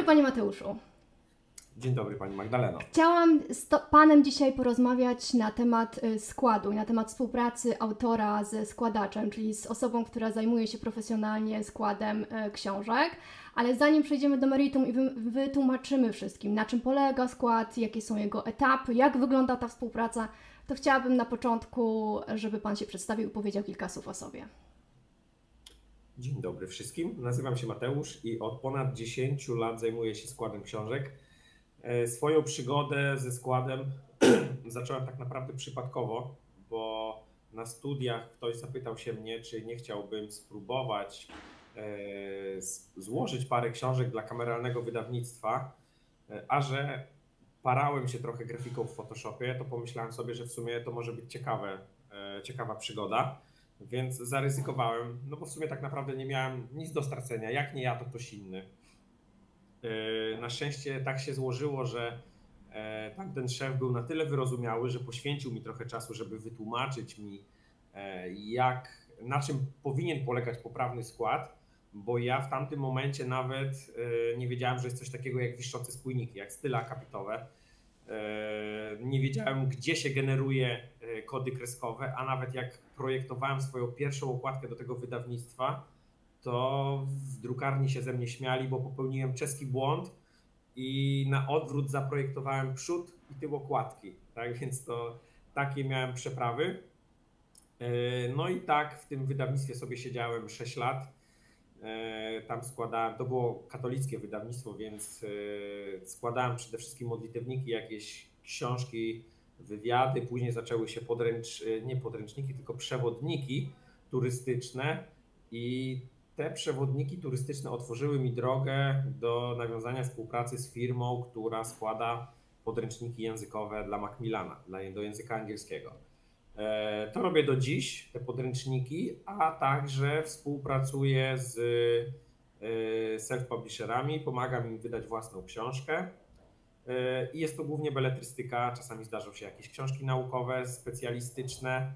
Panie Mateuszu. Dzień dobry Pani Magdaleno. Chciałam z Panem dzisiaj porozmawiać na temat składu, na temat współpracy autora ze składaczem, czyli z osobą, która zajmuje się profesjonalnie składem książek. Ale zanim przejdziemy do meritum i wytłumaczymy wszystkim, na czym polega skład, jakie są jego etapy, jak wygląda ta współpraca, to chciałabym na początku, żeby Pan się przedstawił i powiedział kilka słów o sobie. Dzień dobry wszystkim. Nazywam się Mateusz i od ponad 10 lat zajmuję się składem książek. Swoją przygodę ze składem zacząłem tak naprawdę przypadkowo, bo na studiach ktoś zapytał się mnie, czy nie chciałbym spróbować złożyć parę książek dla kameralnego wydawnictwa, a że parałem się trochę grafiką w Photoshopie, to pomyślałem sobie, że w sumie to może być ciekawa przygoda, więc zaryzykowałem, no bo w sumie tak naprawdę nie miałem nic do stracenia, jak nie ja, to ktoś inny. Na szczęście tak się złożyło, że tamten szef był na tyle wyrozumiały, że poświęcił mi trochę czasu, żeby wytłumaczyć mi, na czym powinien polegać poprawny skład, bo ja w tamtym momencie nawet nie wiedziałem, że jest coś takiego jak wiszące spójniki, jak style akapitowe. Nie wiedziałem, gdzie się generuje kody kreskowe, a nawet jak projektowałem swoją pierwszą okładkę do tego wydawnictwa, to w drukarni się ze mnie śmiali, bo popełniłem czeski błąd i na odwrót zaprojektowałem przód i tył okładki. Tak więc to takie miałem przeprawy. No i tak w tym wydawnictwie sobie siedziałem 6 lat. Tam składałem, to było katolickie wydawnictwo, więc składałem przede wszystkim modlitewniki, jakieś książki, wywiady. Później zaczęły się nie podręczniki, tylko przewodniki turystyczne i te przewodniki turystyczne otworzyły mi drogę do nawiązania współpracy z firmą, która składa podręczniki językowe dla Macmillana, do języka angielskiego. To robię do dziś, te podręczniki, a także współpracuję z self-publisherami, pomagam im wydać własną książkę. I jest to głównie beletrystyka, czasami zdarzą się jakieś książki naukowe, specjalistyczne,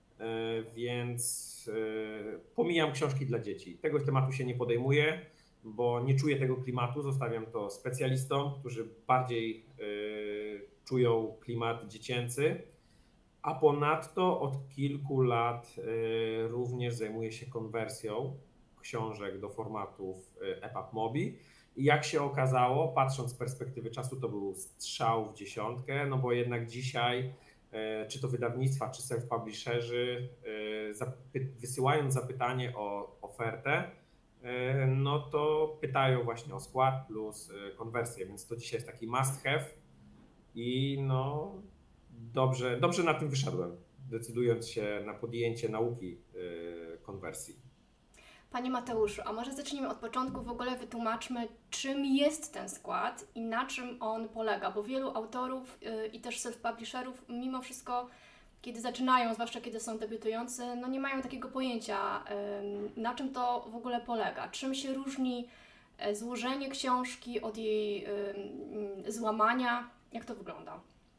więc pomijam książki dla dzieci. Tego tematu się nie podejmuję, bo nie czuję tego klimatu, zostawiam to specjalistom, którzy bardziej czują klimat dziecięcy. A ponadto od kilku lat również zajmuję się konwersją książek do formatów EPUB Mobi. I jak się okazało, patrząc z perspektywy czasu, to był strzał w dziesiątkę, no bo jednak dzisiaj czy to wydawnictwa, czy self-publisherzy, wysyłając zapytanie o ofertę, no to pytają właśnie o skład plus konwersję, więc to dzisiaj jest taki must have i no dobrze na tym wyszedłem, decydując się na podjęcie nauki konwersji. Panie Mateuszu, a może zacznijmy od początku, w ogóle wytłumaczmy, czym jest ten skład i na czym on polega, bo wielu autorów i też self-publisherów mimo wszystko, kiedy zaczynają, zwłaszcza kiedy są debiutujący, no nie mają takiego pojęcia, na czym to w ogóle polega, czym się różni złożenie książki od jej złamania, jak to wygląda?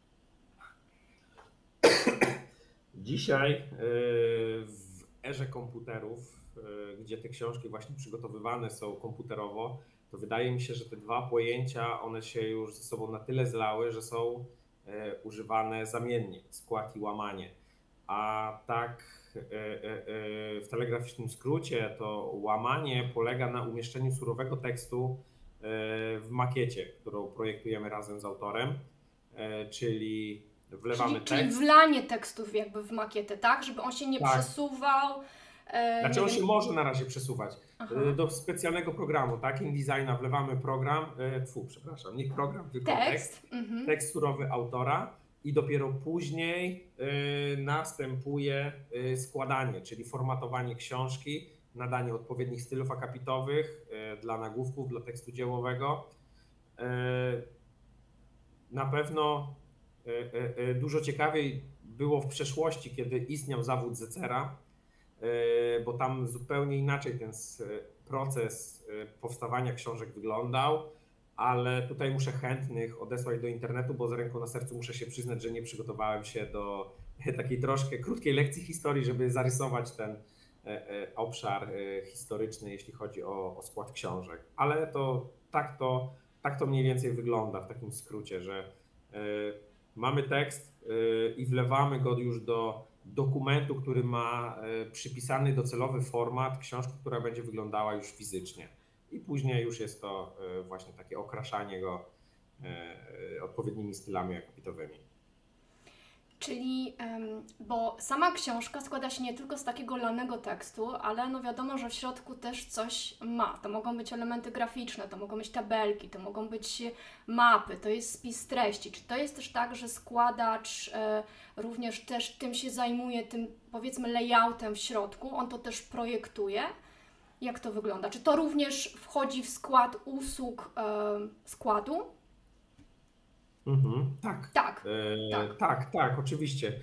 Dzisiaj w erze komputerów, gdzie te książki właśnie przygotowywane są komputerowo, to wydaje mi się, że te dwa pojęcia, one się już ze sobą na tyle zlały, że są używane zamiennie, skład i łamanie. A tak w telegraficznym skrócie to łamanie polega na umieszczeniu surowego tekstu w makiecie, którą projektujemy razem z autorem, czyli wlewamy tekst. Czyli wlanie tekstów jakby w makietę, tak? Żeby on się nie przesuwał. Znaczy on się może na razie przesuwać. Do specjalnego programu, tak? InDesigna wlewamy nie program, tylko tekst surowy autora i dopiero później następuje składanie, czyli formatowanie książki, nadanie odpowiednich stylów akapitowych dla nagłówków, dla tekstu dziełowego. Na pewno dużo ciekawiej było w przeszłości, kiedy istniał zawód zecera, bo tam zupełnie inaczej ten proces powstawania książek wyglądał, ale tutaj muszę chętnych odesłać do internetu, bo z ręką na sercu muszę się przyznać, że nie przygotowałem się do takiej troszkę krótkiej lekcji historii, żeby zarysować ten obszar historyczny, jeśli chodzi o skład książek. Ale to tak to mniej więcej wygląda w takim skrócie, że mamy tekst i wlewamy go już do dokumentu, który ma przypisany docelowy format książki, która będzie wyglądała już fizycznie. I później już jest to właśnie takie okraszanie go odpowiednimi stylami akapitowymi. Czyli, bo sama książka składa się nie tylko z takiego lanego tekstu, ale no wiadomo, że w środku też coś ma. To mogą być elementy graficzne, to mogą być tabelki, to mogą być mapy, to jest spis treści. Czy to jest też tak, że składacz również też tym się zajmuje, tym powiedzmy layoutem w środku, on to też projektuje? Jak to wygląda? Czy to również wchodzi w skład usług składu? Tak. Tak, Tak, oczywiście.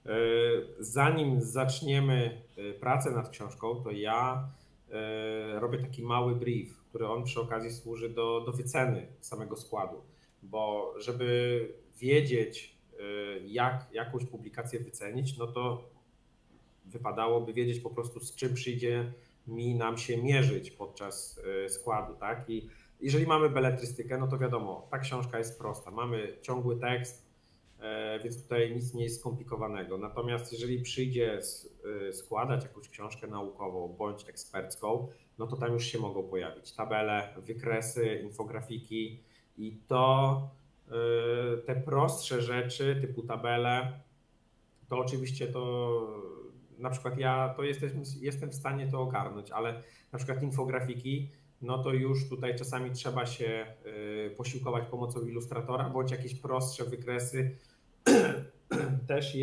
Zanim zaczniemy pracę nad książką, to ja robię taki mały brief, który on przy okazji służy do wyceny samego składu, bo żeby wiedzieć, jak jakąś publikację wycenić, no to wypadałoby wiedzieć po prostu, z czym przyjdzie nam się mierzyć podczas składu, tak? I jeżeli mamy beletrystykę, no to wiadomo, ta książka jest prosta. Mamy ciągły tekst, więc tutaj nic nie jest skomplikowanego. Natomiast jeżeli przyjdzie składać jakąś książkę naukową bądź ekspercką, no to tam już się mogą pojawić tabele, wykresy, infografiki i to te prostsze rzeczy typu tabele, to oczywiście to na przykład ja to jestem w stanie to ogarnąć, ale na przykład infografiki, no to już tutaj czasami trzeba się posiłkować pomocą ilustratora, bądź jakieś prostsze wykresy też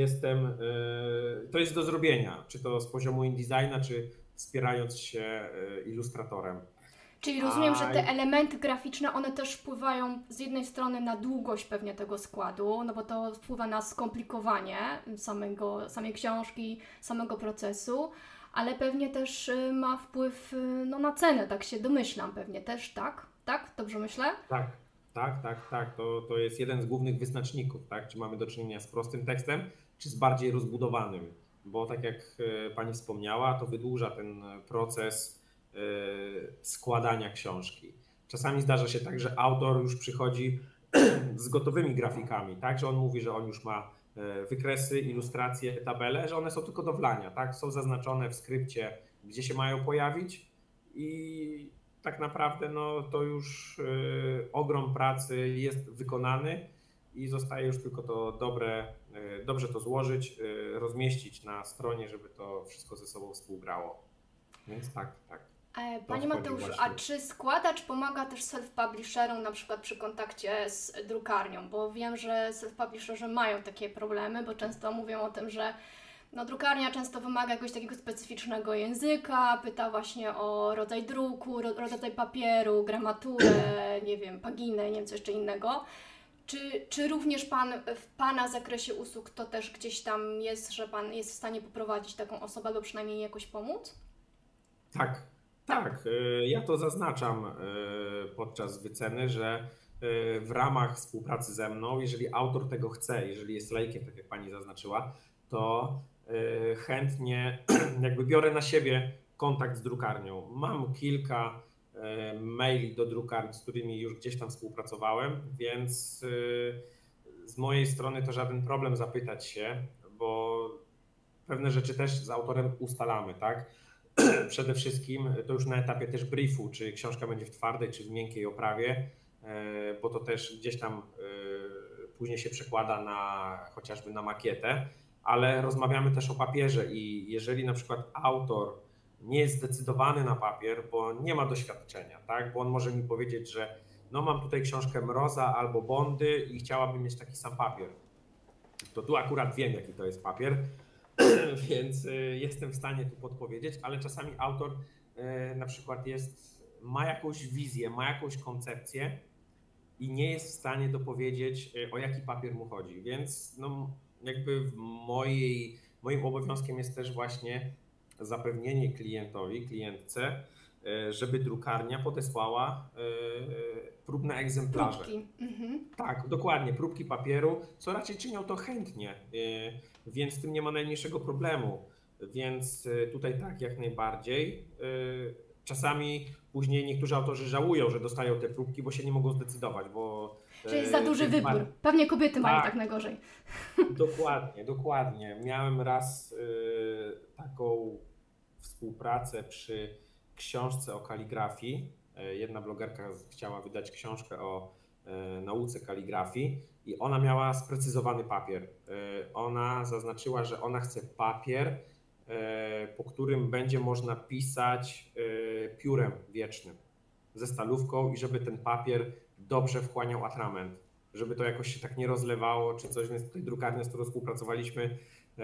to jest do zrobienia, czy to z poziomu InDesigna, czy wspierając się ilustratorem. Czyli rozumiem, że te elementy graficzne, one też wpływają z jednej strony na długość pewnie tego składu, no bo to wpływa na skomplikowanie samej książki, samego procesu, ale pewnie też ma wpływ no, na cenę, tak się domyślam pewnie też, tak? Tak? Dobrze myślę? Tak. To jest jeden z głównych wyznaczników, tak? Czy mamy do czynienia z prostym tekstem, czy z bardziej rozbudowanym, bo tak jak Pani wspomniała, to wydłuża ten proces składania książki. Czasami zdarza się tak, że autor już przychodzi z gotowymi grafikami, tak? Że on mówi, że on już ma wykresy, ilustracje, tabele, że one są tylko do wlania, tak? Są zaznaczone w skrypcie, gdzie się mają pojawić i tak naprawdę no, to już ogrom pracy jest wykonany i zostaje już tylko to dobrze to złożyć, rozmieścić na stronie, żeby to wszystko ze sobą współgrało. Więc tak. Panie Mateuszu, a czy składacz pomaga też self-publisherom na przykład przy kontakcie z drukarnią? Bo wiem, że self-publisherzy mają takie problemy, bo często mówią o tym, że no, drukarnia często wymaga jakiegoś takiego specyficznego języka, pyta właśnie o rodzaj druku, rodzaj papieru, gramaturę, nie wiem, paginę, nie wiem, co jeszcze innego. Czy również w Pana zakresie usług to też gdzieś tam jest, że Pan jest w stanie poprowadzić taką osobę, albo przynajmniej jakoś pomóc? Tak. Ja to zaznaczam podczas wyceny, że w ramach współpracy ze mną, jeżeli autor tego chce, jeżeli jest laikiem, tak jak Pani zaznaczyła, to chętnie jakby biorę na siebie kontakt z drukarnią. Mam kilka maili do drukarni, z którymi już gdzieś tam współpracowałem, więc z mojej strony to żaden problem zapytać się, bo pewne rzeczy też z autorem ustalamy, tak? Przede wszystkim to już na etapie też briefu, czy książka będzie w twardej, czy w miękkiej oprawie, bo to też gdzieś tam później się przekłada chociażby na makietę, ale rozmawiamy też o papierze i jeżeli na przykład autor nie jest zdecydowany na papier, bo nie ma doświadczenia, tak? Bo on może mi powiedzieć, że no mam tutaj książkę Mroza albo Bondy i chciałabym mieć taki sam papier. To tu akurat wiem, jaki to jest papier, więc jestem w stanie tu podpowiedzieć, ale czasami autor na przykład ma jakąś wizję, ma jakąś koncepcję i nie jest w stanie dopowiedzieć, o jaki papier mu chodzi, więc no, jakby moim obowiązkiem jest też właśnie zapewnienie klientce, żeby drukarnia podesłała próbne egzemplarze. Próbki. Tak, dokładnie, próbki papieru, co raczej czynią to chętnie, więc z tym nie ma najmniejszego problemu. Więc tutaj tak, jak najbardziej. czasami później niektórzy autorzy żałują, że dostają te próbki, bo się nie mogą zdecydować, bo... Czyli jest za duży wybór. Pewnie kobiety mają tak najgorzej. Dokładnie. Miałem raz taką współpracę przy książce o kaligrafii. Jedna blogerka chciała wydać książkę o nauce kaligrafii i ona miała sprecyzowany papier. Ona zaznaczyła, że ona chce papier, po którym będzie można pisać piórem wiecznym ze stalówką i żeby ten papier dobrze wchłaniał atrament, żeby to jakoś się tak nie rozlewało czy coś, więc tutaj drukarnia, z którą współpracowaliśmy,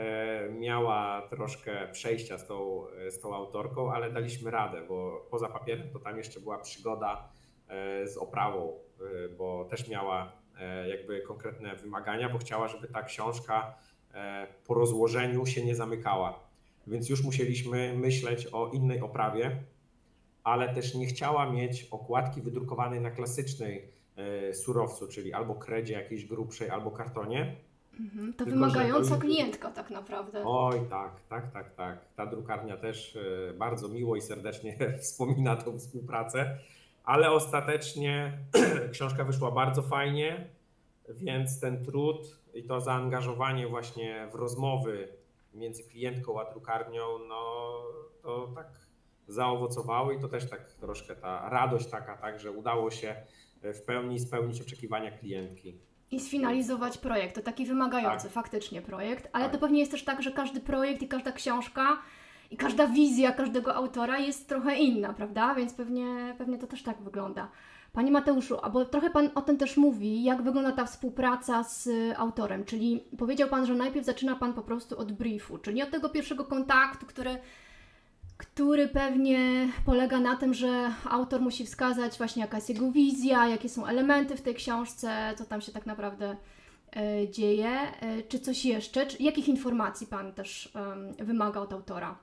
miała troszkę przejścia z tą autorką, ale daliśmy radę, bo poza papierem to tam jeszcze była przygoda z oprawą, bo też miała jakby konkretne wymagania, bo chciała, żeby ta książka po rozłożeniu się nie zamykała. Więc już musieliśmy myśleć o innej oprawie, ale też nie chciała mieć okładki wydrukowanej na klasycznej surowcu, czyli albo kredzie jakiejś grubszej, albo kartonie. To wymagająca klientka tak naprawdę. Oj, tak. Ta drukarnia też bardzo miło i serdecznie wspomina tą współpracę, ale ostatecznie książka wyszła bardzo fajnie, więc ten trud i to zaangażowanie właśnie w rozmowy między klientką a drukarnią, no to tak zaowocowało i to też tak troszkę ta radość taka, tak, że udało się w pełni spełnić oczekiwania klientki. I sfinalizować projekt. To taki wymagający faktycznie projekt, ale to pewnie jest też tak, że każdy projekt i każda książka i każda wizja każdego autora jest trochę inna, prawda? Więc pewnie to też tak wygląda. Panie Mateuszu, bo trochę Pan o tym też mówi, jak wygląda ta współpraca z autorem, czyli powiedział Pan, że najpierw zaczyna Pan po prostu od briefu, czyli od tego pierwszego kontaktu, który pewnie polega na tym, że autor musi wskazać właśnie jaka jest jego wizja, jakie są elementy w tej książce, co tam się tak naprawdę dzieje, czy coś jeszcze, jakich informacji Pan też wymaga od autora?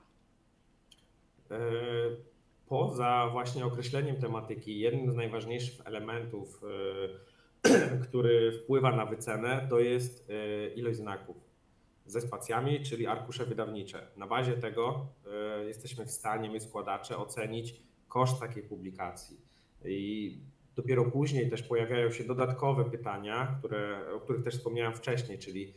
Poza właśnie określeniem tematyki, jednym z najważniejszych elementów, który wpływa na wycenę, to jest ilość znaków ze spacjami, czyli arkusze wydawnicze. Na bazie tego jesteśmy w stanie, my składacze, ocenić koszt takiej publikacji. I dopiero później też pojawiają się dodatkowe pytania, o których też wspomniałem wcześniej, czyli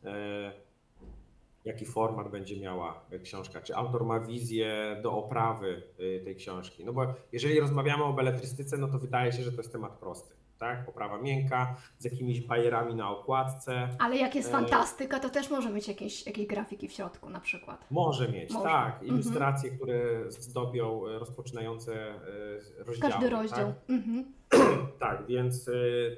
jaki format będzie miała książka, czy autor ma wizję do oprawy tej książki. No bo jeżeli rozmawiamy o beletrystyce, no to wydaje się, że to jest temat prosty. Tak? Oprawa miękka, z jakimiś bajerami na okładce. Ale jak jest fantastyka, to też może mieć jakieś grafiki w środku na przykład. Może mieć, tak. Ilustracje, które zdobią rozpoczynające rozdziały. Każdy rozdział. Tak, tak, więc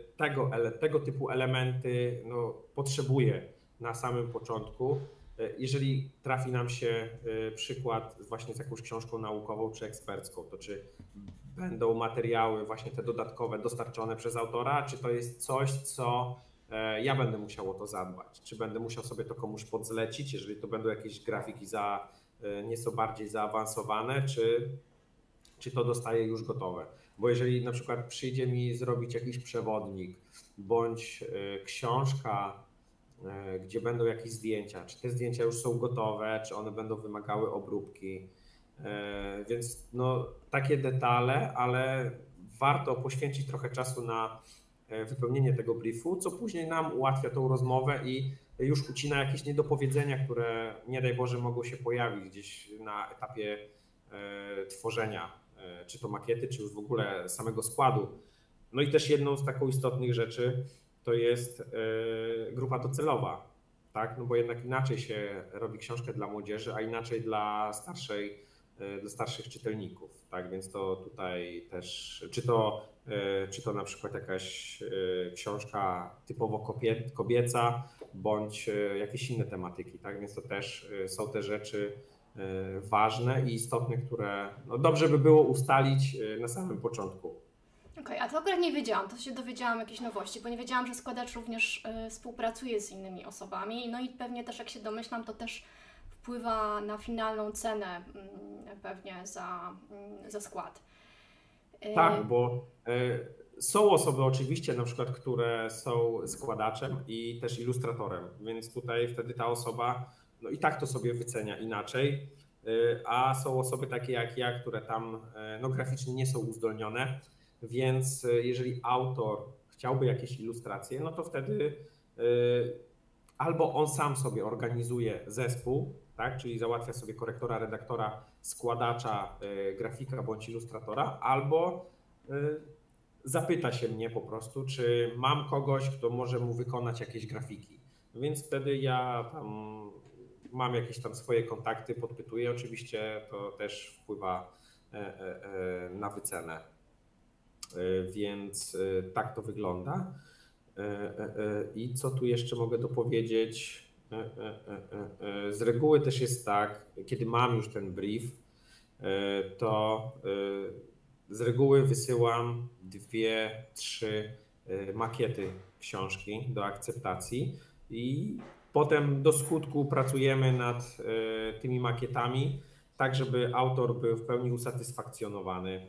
tego typu elementy potrzebuję na samym początku. Jeżeli trafi nam się przykład właśnie z jakąś książką naukową czy ekspercką, to czy będą materiały właśnie te dodatkowe dostarczone przez autora, czy to jest coś, co ja będę musiał o to zadbać, czy będę musiał sobie to komuś podzlecić, jeżeli to będą jakieś grafiki nieco bardziej zaawansowane, czy to dostaję już gotowe. Bo jeżeli na przykład przyjdzie mi zrobić jakiś przewodnik bądź książka, gdzie będą jakieś zdjęcia, czy te zdjęcia już są gotowe, czy one będą wymagały obróbki. Więc takie detale, ale warto poświęcić trochę czasu na wypełnienie tego briefu, co później nam ułatwia tą rozmowę i już ucina jakieś niedopowiedzenia, które nie daj Boże mogą się pojawić gdzieś na etapie tworzenia, czy to makiety, czy już w ogóle samego składu. No i też jedną z takich istotnych rzeczy to jest grupa docelowa, tak? No bo jednak inaczej się robi książkę dla młodzieży, a inaczej dla starszych czytelników, tak? Więc to tutaj też, czy to na przykład jakaś książka typowo kobieca, bądź jakieś inne tematyki, tak? Więc to też są te rzeczy ważne i istotne, które dobrze by było ustalić na samym początku. Okej, a to akurat nie wiedziałam, to się dowiedziałam jakieś nowości, bo nie wiedziałam, że składacz również współpracuje z innymi osobami, no i pewnie też jak się domyślam, to też wpływa na finalną cenę pewnie za skład. Tak, bo są osoby oczywiście na przykład, które są składaczem i też ilustratorem, więc tutaj wtedy ta osoba i tak to sobie wycenia inaczej. a są osoby takie jak ja, które tam no, graficznie nie są uzdolnione, więc jeżeli autor chciałby jakieś ilustracje, no to wtedy albo on sam sobie organizuje zespół, tak, czyli załatwia sobie korektora, redaktora, składacza, grafika bądź ilustratora, albo zapyta się mnie po prostu, czy mam kogoś, kto może mu wykonać jakieś grafiki. Więc wtedy ja tam mam jakieś tam swoje kontakty, podpytuję. Oczywiście to też wpływa na wycenę. Więc tak to wygląda. I co tu jeszcze mogę dopowiedzieć? Z reguły też jest tak, kiedy mam już ten brief, to z reguły wysyłam 2-3 makiety książki do akceptacji i potem do skutku pracujemy nad tymi makietami, tak żeby autor był w pełni usatysfakcjonowany.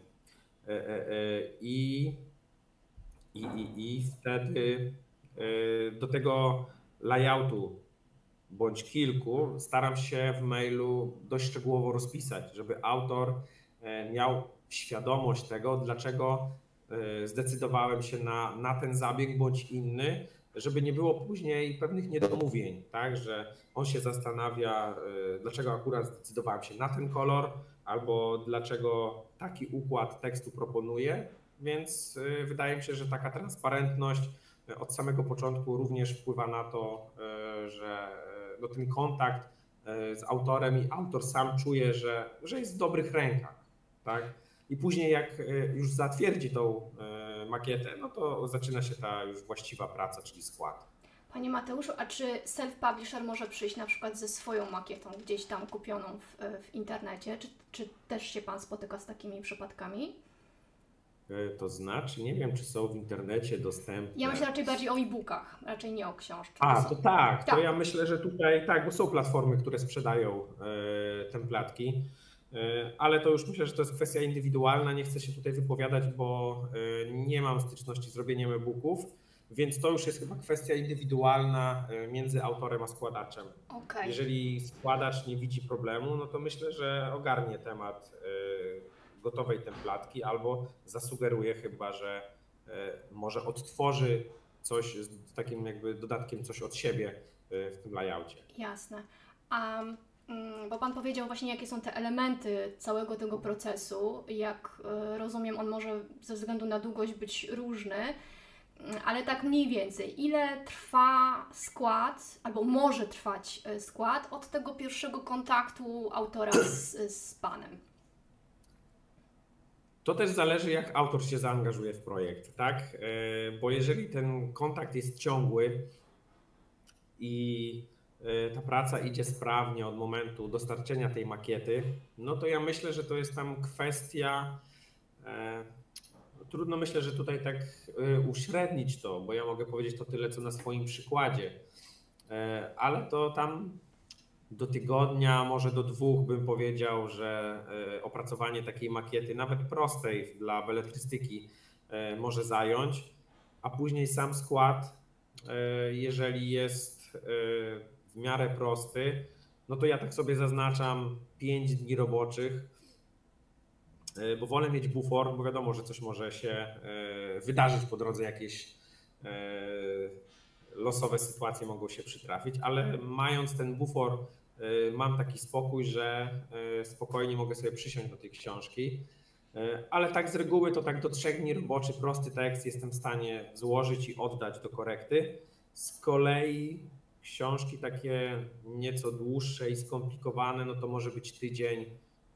I wtedy do tego layoutu bądź kilku staram się w mailu dość szczegółowo rozpisać, żeby autor miał świadomość tego, dlaczego zdecydowałem się na ten zabieg bądź inny, żeby nie było później pewnych niedomówień, tak, że on się zastanawia, dlaczego akurat zdecydowałem się na ten kolor, albo dlaczego taki układ tekstu proponuję, więc wydaje mi się, że taka transparentność od samego początku również wpływa na to, że no, ten kontakt z autorem i autor sam czuje, że jest w dobrych rękach, tak? I później jak już zatwierdzi tą makietę, no to zaczyna się ta już właściwa praca, czyli skład. Panie Mateuszu, a czy self-publisher może przyjść na przykład ze swoją makietą gdzieś tam kupioną w internecie? Czy też się Pan spotyka z takimi przypadkami? To znaczy, nie wiem, czy są w internecie dostępne. Ja myślę raczej bardziej o e-bookach, raczej nie o książce. To tak, to ja myślę, że tutaj tak, bo są platformy, które sprzedają templatki, ale to już myślę, że to jest kwestia indywidualna, nie chcę się tutaj wypowiadać, bo nie mam styczności z robieniem e-booków, więc to już jest chyba kwestia indywidualna między autorem a składaczem. Okay. Jeżeli składacz nie widzi problemu, no to myślę, że ogarnie temat gotowej templatki albo zasugeruje chyba, że może odtworzy coś z takim jakby dodatkiem, coś od siebie w tym layoutie. Jasne. Bo Pan powiedział właśnie, jakie są te elementy całego tego procesu. Jak rozumiem, on może ze względu na długość być różny, ale tak mniej więcej. Ile trwa skład, albo może trwać skład od tego pierwszego kontaktu autora z Panem? To też zależy, jak autor się zaangażuje w projekt, tak? Bo jeżeli ten kontakt jest ciągły i ta praca idzie sprawnie od momentu dostarczenia tej makiety, no to ja myślę, że to jest tam kwestia, trudno myślę, że tutaj tak uśrednić to, bo ja mogę powiedzieć to tyle, co na swoim przykładzie, ale to tam do tygodnia, może do 2 bym powiedział, że opracowanie takiej makiety, nawet prostej dla beletrystyki, może zająć, a później sam skład, jeżeli jest w miarę prosty, no to ja tak sobie zaznaczam 5 dni roboczych, bo wolę mieć bufor, bo wiadomo, że coś może się wydarzyć po drodze, jakieś losowe sytuacje mogą się przytrafić, ale mając ten bufor, mam taki spokój, że spokojnie mogę sobie przysiąść do tej książki, ale tak z reguły to tak do 3 dni roboczy prosty tekst jestem w stanie złożyć i oddać do korekty. Z kolei książki takie nieco dłuższe i skomplikowane, no to może być tydzień,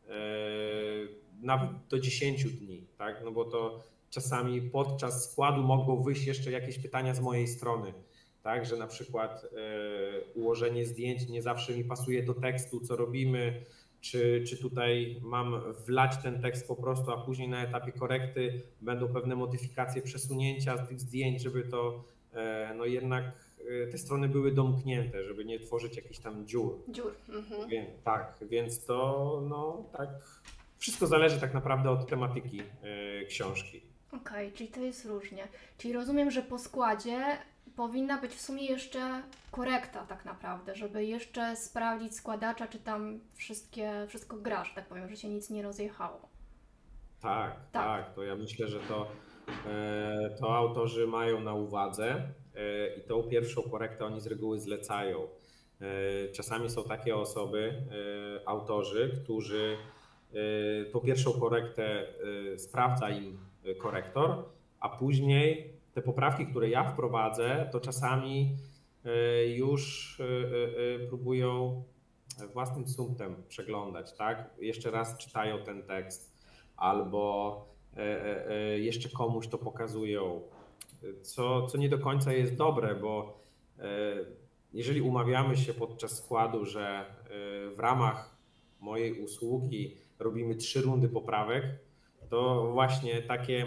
nawet do 10 dni, tak? No bo to czasami podczas składu mogą wyjść jeszcze jakieś pytania z mojej strony, tak? Że na przykład ułożenie zdjęć nie zawsze mi pasuje do tekstu, co robimy, czy tutaj mam wlać ten tekst po prostu, a później na etapie korekty będą pewne modyfikacje, przesunięcia z tych zdjęć, żeby to no jednak te strony były domknięte, żeby nie tworzyć jakichś tam dziur. Mhm. Tak, więc to no tak, wszystko zależy tak naprawdę od tematyki książki. Okej, czyli to jest różnie. Czyli rozumiem, że po składzie powinna być w sumie jeszcze korekta tak naprawdę, żeby jeszcze sprawdzić składacza, czy tam wszystko gra, że tak powiem, że się nic nie rozjechało. Tak, to ja myślę, że to autorzy mają na uwadze i tą pierwszą korektę oni z reguły zlecają. Czasami są takie osoby, autorzy, którzy tą pierwszą korektę sprawdza im korektor, a później te poprawki, które ja wprowadzę, to czasami już próbują własnym sumptem przeglądać, tak? Jeszcze raz czytają ten tekst albo jeszcze komuś to pokazują, co nie do końca jest dobre, bo jeżeli umawiamy się podczas składu, że w ramach mojej usługi robimy 3 rundy poprawek, to właśnie takie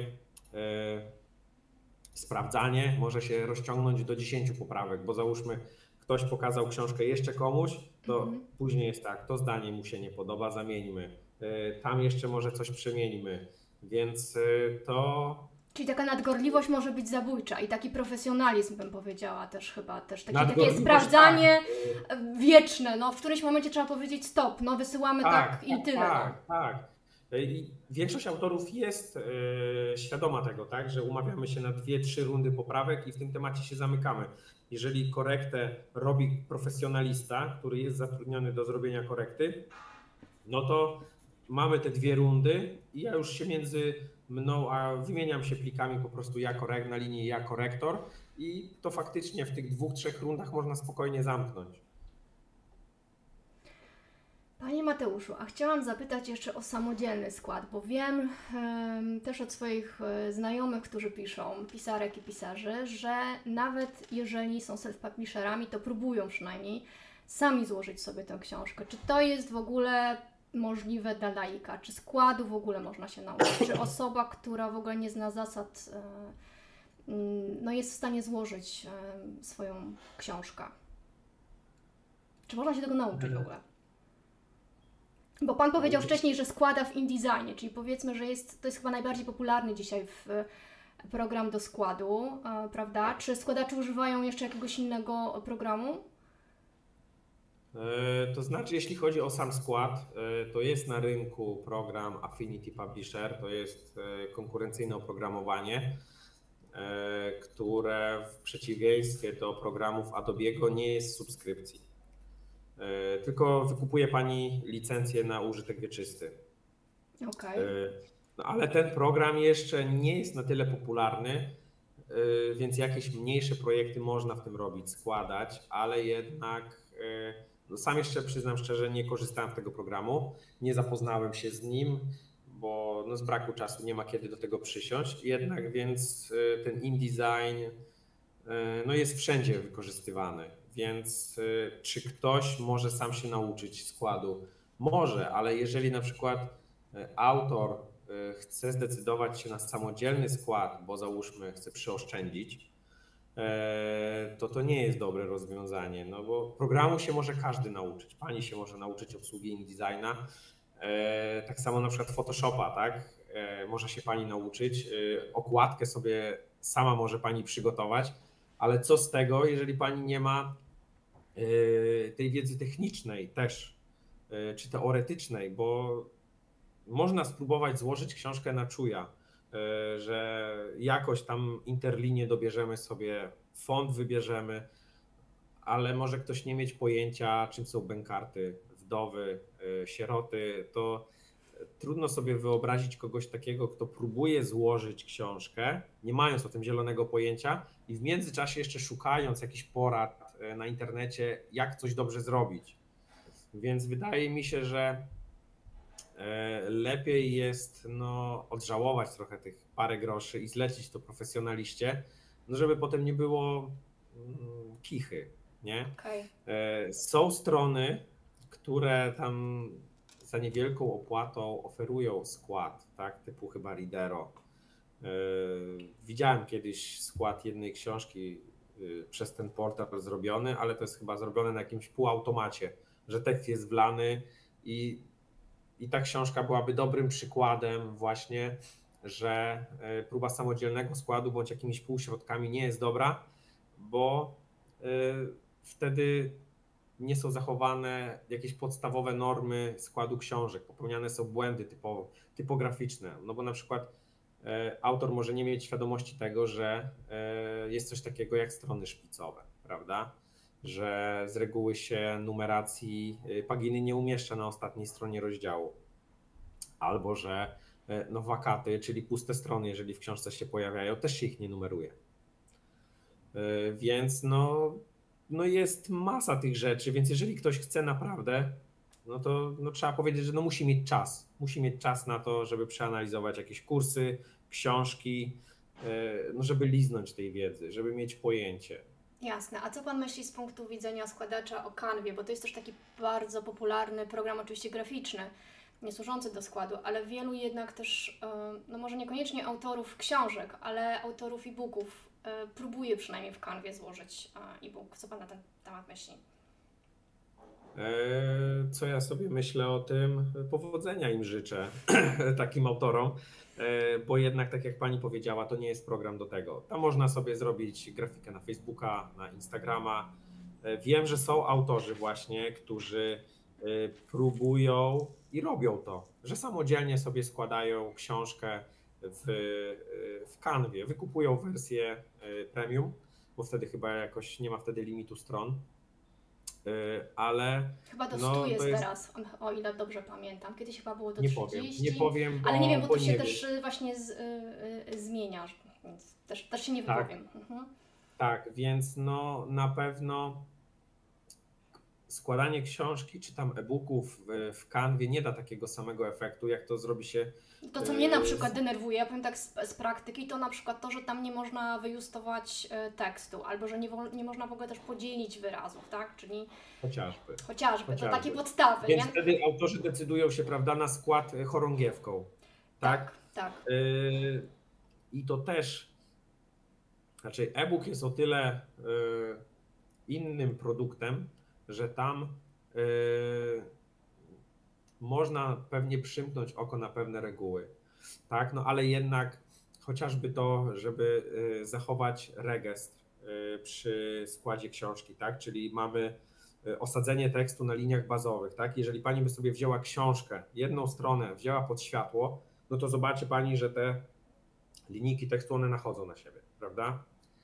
sprawdzanie może się rozciągnąć do 10 poprawek, bo załóżmy ktoś pokazał książkę jeszcze komuś, to później jest tak, to zdanie mu się nie podoba, zamieńmy, tam jeszcze może coś przemieńmy, więc to... Czyli taka nadgorliwość może być zabójcza i taki profesjonalizm, bym powiedziała, też chyba, takie sprawdzanie wieczne, no w którymś momencie trzeba powiedzieć stop, no wysyłamy tak i tyle. Tak. I większość autorów jest świadoma tego, tak, że umawiamy się na 2-3 rundy poprawek i w tym temacie się zamykamy. Jeżeli korektę robi profesjonalista, który jest zatrudniony do zrobienia korekty, no to mamy te 2 rundy i ja już się między mną a wymieniam się plikami po prostu na linii ja korektor i to faktycznie w tych 2-3 rundach można spokojnie zamknąć. Panie Mateuszu, a chciałam zapytać jeszcze o samodzielny skład, bo wiem też od swoich znajomych, którzy piszą, pisarek i pisarzy, że nawet jeżeli są self-publisherami, to próbują przynajmniej sami złożyć sobie tę książkę. Czy to jest w ogóle możliwe dla laika? Czy składu w ogóle można się nauczyć? Czy osoba, która w ogóle nie zna zasad, no jest w stanie złożyć swoją książkę? Czy można się tego nauczyć w ogóle? Bo Pan powiedział wcześniej, że składa w InDesignie, czyli powiedzmy, że to jest chyba najbardziej popularny dzisiaj program do składu, prawda? Czy składacze używają jeszcze jakiegoś innego programu? To znaczy, jeśli chodzi o sam skład, to jest na rynku program Affinity Publisher, to jest konkurencyjne oprogramowanie, które w przeciwieństwie do programów Adobe'ego nie jest subskrypcji. Tylko wykupuje Pani licencję na użytek wieczysty. Okay. No, ale ten program jeszcze nie jest na tyle popularny, więc jakieś mniejsze projekty można w tym robić, składać, ale jednak no sam jeszcze przyznam szczerze, nie korzystałem z tego programu, nie zapoznałem się z nim, bo no z braku czasu nie ma kiedy do tego przysiąść. Jednak więc ten InDesign no jest wszędzie wykorzystywany. Więc czy ktoś może sam się nauczyć składu? Może, ale jeżeli na przykład autor chce zdecydować się na samodzielny skład, bo załóżmy chce przyoszczędzić, to nie jest dobre rozwiązanie, no bo programu się może każdy nauczyć. Pani się może nauczyć obsługi InDesigna, tak samo na przykład Photoshopa, tak? Może się Pani nauczyć, okładkę sobie sama może Pani przygotować, ale co z tego, jeżeli Pani nie ma tej wiedzy technicznej też, czy teoretycznej, bo można spróbować złożyć książkę na czuja, że jakoś tam interlinię dobierzemy sobie, font wybierzemy, ale może ktoś nie mieć pojęcia, czym są bękarty, wdowy, sieroty, to trudno sobie wyobrazić kogoś takiego, kto próbuje złożyć książkę, nie mając o tym zielonego pojęcia i w międzyczasie jeszcze szukając jakichś porad na internecie, jak coś dobrze zrobić. Więc wydaje mi się, że lepiej jest odżałować trochę tych parę groszy i zlecić to profesjonaliście, żeby potem nie było kichy, nie? Okay. Są strony, które tam za niewielką opłatą oferują skład, tak, typu chyba Readero. Widziałem kiedyś skład jednej książki przez ten portal zrobiony, ale to jest chyba zrobione na jakimś półautomacie, że tekst jest wlany i ta książka byłaby dobrym przykładem właśnie, że próba samodzielnego składu bądź jakimiś półśrodkami nie jest dobra, bo wtedy nie są zachowane jakieś podstawowe normy składu książek, popełniane są błędy typograficzne, no bo na przykład autor może nie mieć świadomości tego, że jest coś takiego jak strony szpicowe, prawda? Że z reguły się numeracji paginy nie umieszcza na ostatniej stronie rozdziału, albo że no wakaty, czyli puste strony, jeżeli w książce się pojawiają, też się ich nie numeruje. Więc no jest masa tych rzeczy, więc jeżeli ktoś chce naprawdę, no to trzeba powiedzieć, że no musi mieć czas. Musi mieć czas na to, żeby przeanalizować jakieś kursy, książki, no żeby liznąć tej wiedzy, żeby mieć pojęcie. Jasne. A co Pan myśli z punktu widzenia składacza o Canwie? Bo to jest też taki bardzo popularny program, oczywiście graficzny, nie służący do składu, ale wielu jednak też, no może niekoniecznie autorów książek, ale autorów e-booków próbuje przynajmniej w Canwie złożyć e-book. Co Pan na ten temat myśli? Co ja sobie myślę o tym? Powodzenia im życzę, takim autorom, bo jednak, tak jak Pani powiedziała, to nie jest program do tego. Tam można sobie zrobić grafikę na Facebooka, na Instagrama. Wiem, że są autorzy właśnie, którzy próbują i robią to, że samodzielnie sobie składają książkę w Canwie, wykupują wersję premium, bo wtedy chyba jakoś nie ma wtedy limitu stron. Ale chyba do 100 jest teraz, o ile dobrze pamiętam. Kiedyś chyba było do 30. Nie powiem, ale nie wiem, bo to się też właśnie zmienia, więc też się nie wypowiem. Tak, więc no na pewno składanie książki czy tam e-booków w Canwie nie da takiego samego efektu, jak to zrobi się. To, co mnie na przykład denerwuje, ja powiem tak z praktyki, to na przykład to, że tam nie można wyjustować tekstu, albo że nie można w ogóle też podzielić wyrazów, tak? Czyli chociażby. To takie podstawy. Więc wtedy autorzy decydują się, prawda, na skład chorągiewką. Tak. I to też, znaczy e-book jest o tyle innym produktem, że tam można pewnie przymknąć oko na pewne reguły, tak? No ale jednak chociażby to, żeby zachować regestr przy składzie książki, tak? Czyli mamy osadzenie tekstu na liniach bazowych, tak? Jeżeli Pani by sobie wzięła książkę, jedną stronę wzięła pod światło, no to zobaczy Pani, że te linijki tekstu, one nachodzą na siebie, prawda?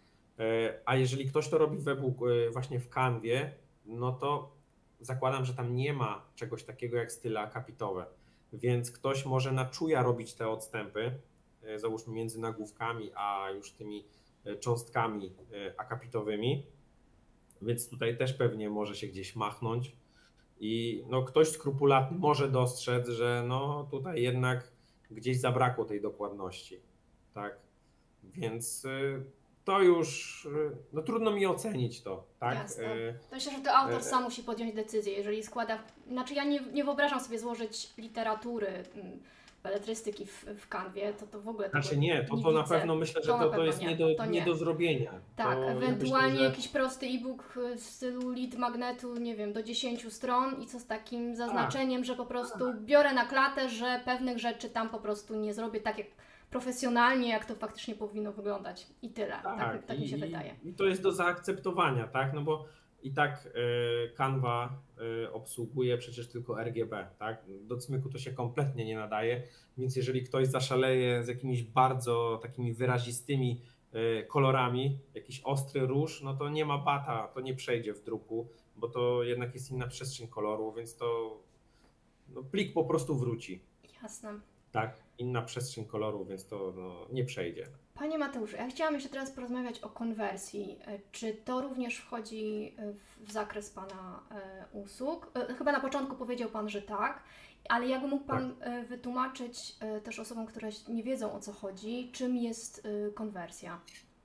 A jeżeli ktoś to robi w e-book właśnie w Canwie, no to zakładam, że tam nie ma czegoś takiego jak style akapitowe, więc ktoś może na czuja robić te odstępy, załóżmy między nagłówkami a już tymi cząstkami akapitowymi, więc tutaj też pewnie może się gdzieś machnąć i no ktoś skrupulatny może dostrzec, że no tutaj jednak gdzieś zabrakło tej dokładności, tak, więc to już, no trudno mi ocenić to, tak? Jasne. To myślę, że to autor sam musi podjąć decyzję, jeżeli składa, znaczy ja nie wyobrażam sobie złożyć literatury, beletrystyki w Canwie, to w ogóle znaczy nie, to na pewno myślę, że to jest nie do zrobienia. Tak, ewentualnie myślę, że jakiś prosty e-book w stylu lead magnetu, nie wiem, do 10 stron i co z takim zaznaczeniem, że po prostu biorę na klatę, że pewnych rzeczy tam po prostu nie zrobię tak jak profesjonalnie, jak to faktycznie powinno wyglądać i tyle. Tak mi się wydaje. I to jest do zaakceptowania, tak? No bo i tak Canva obsługuje przecież tylko RGB, tak? Do cmyku to się kompletnie nie nadaje, więc jeżeli ktoś zaszaleje z jakimiś bardzo takimi wyrazistymi kolorami, jakiś ostry róż, no to nie ma bata, to nie przejdzie w druku, bo to jednak jest inna przestrzeń koloru, więc to plik po prostu wróci. Jasne. Tak, inna przestrzeń koloru, więc to nie przejdzie. Panie Mateuszu, ja chciałam jeszcze teraz porozmawiać o konwersji. Czy to również wchodzi w zakres Pana usług? Chyba na początku powiedział Pan, że tak, ale jakby mógł Pan wytłumaczyć też osobom, które nie wiedzą, o co chodzi, czym jest konwersja?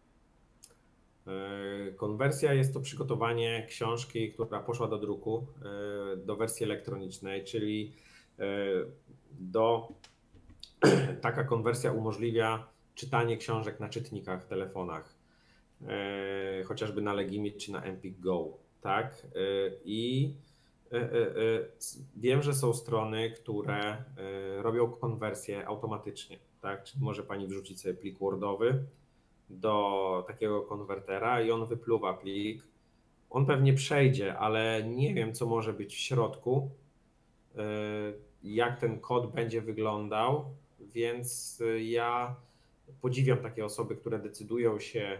Konwersja jest to przygotowanie książki, która poszła do druku, do wersji elektronicznej, czyli taka konwersja umożliwia czytanie książek na czytnikach, telefonach, chociażby na Legimit czy na Empik Go, tak? I wiem, że są strony, które robią konwersję automatycznie, tak? Czyli może Pani wrzucić sobie plik Wordowy do takiego konwertera i on wypluwa plik. On pewnie przejdzie, ale nie wiem, co może być w środku, jak ten kod będzie wyglądał, więc ja podziwiam takie osoby, które decydują się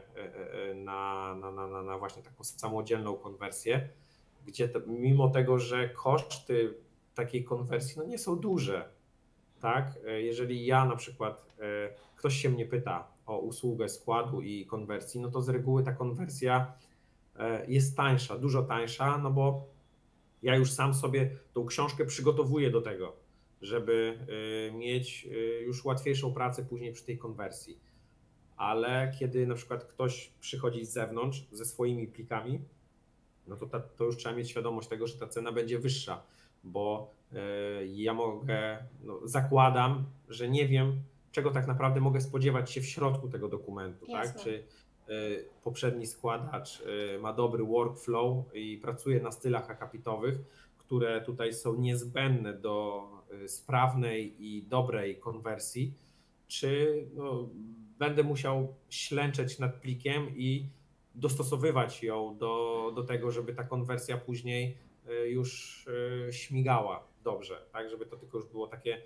na właśnie taką samodzielną konwersję, gdzie mimo tego, że koszty takiej konwersji no nie są duże, tak? Jeżeli ja na przykład ktoś się mnie pyta o usługę składu i konwersji, no to z reguły ta konwersja jest tańsza, dużo tańsza, no bo ja już sam sobie tą książkę przygotowuję do tego, żeby mieć już łatwiejszą pracę później przy tej konwersji. Ale kiedy na przykład ktoś przychodzi z zewnątrz ze swoimi plikami, no to już trzeba mieć świadomość tego, że ta cena będzie wyższa, bo ja mogę, no, zakładam, że nie wiem, czego tak naprawdę mogę spodziewać się w środku tego dokumentu, tak? Czy poprzedni składacz ma dobry workflow i pracuje na stylach akapitowych, które tutaj są niezbędne do sprawnej i dobrej konwersji, czy no, będę musiał ślęczeć nad plikiem i dostosowywać ją do tego, żeby ta konwersja później już śmigała dobrze, tak, żeby to tylko już było takie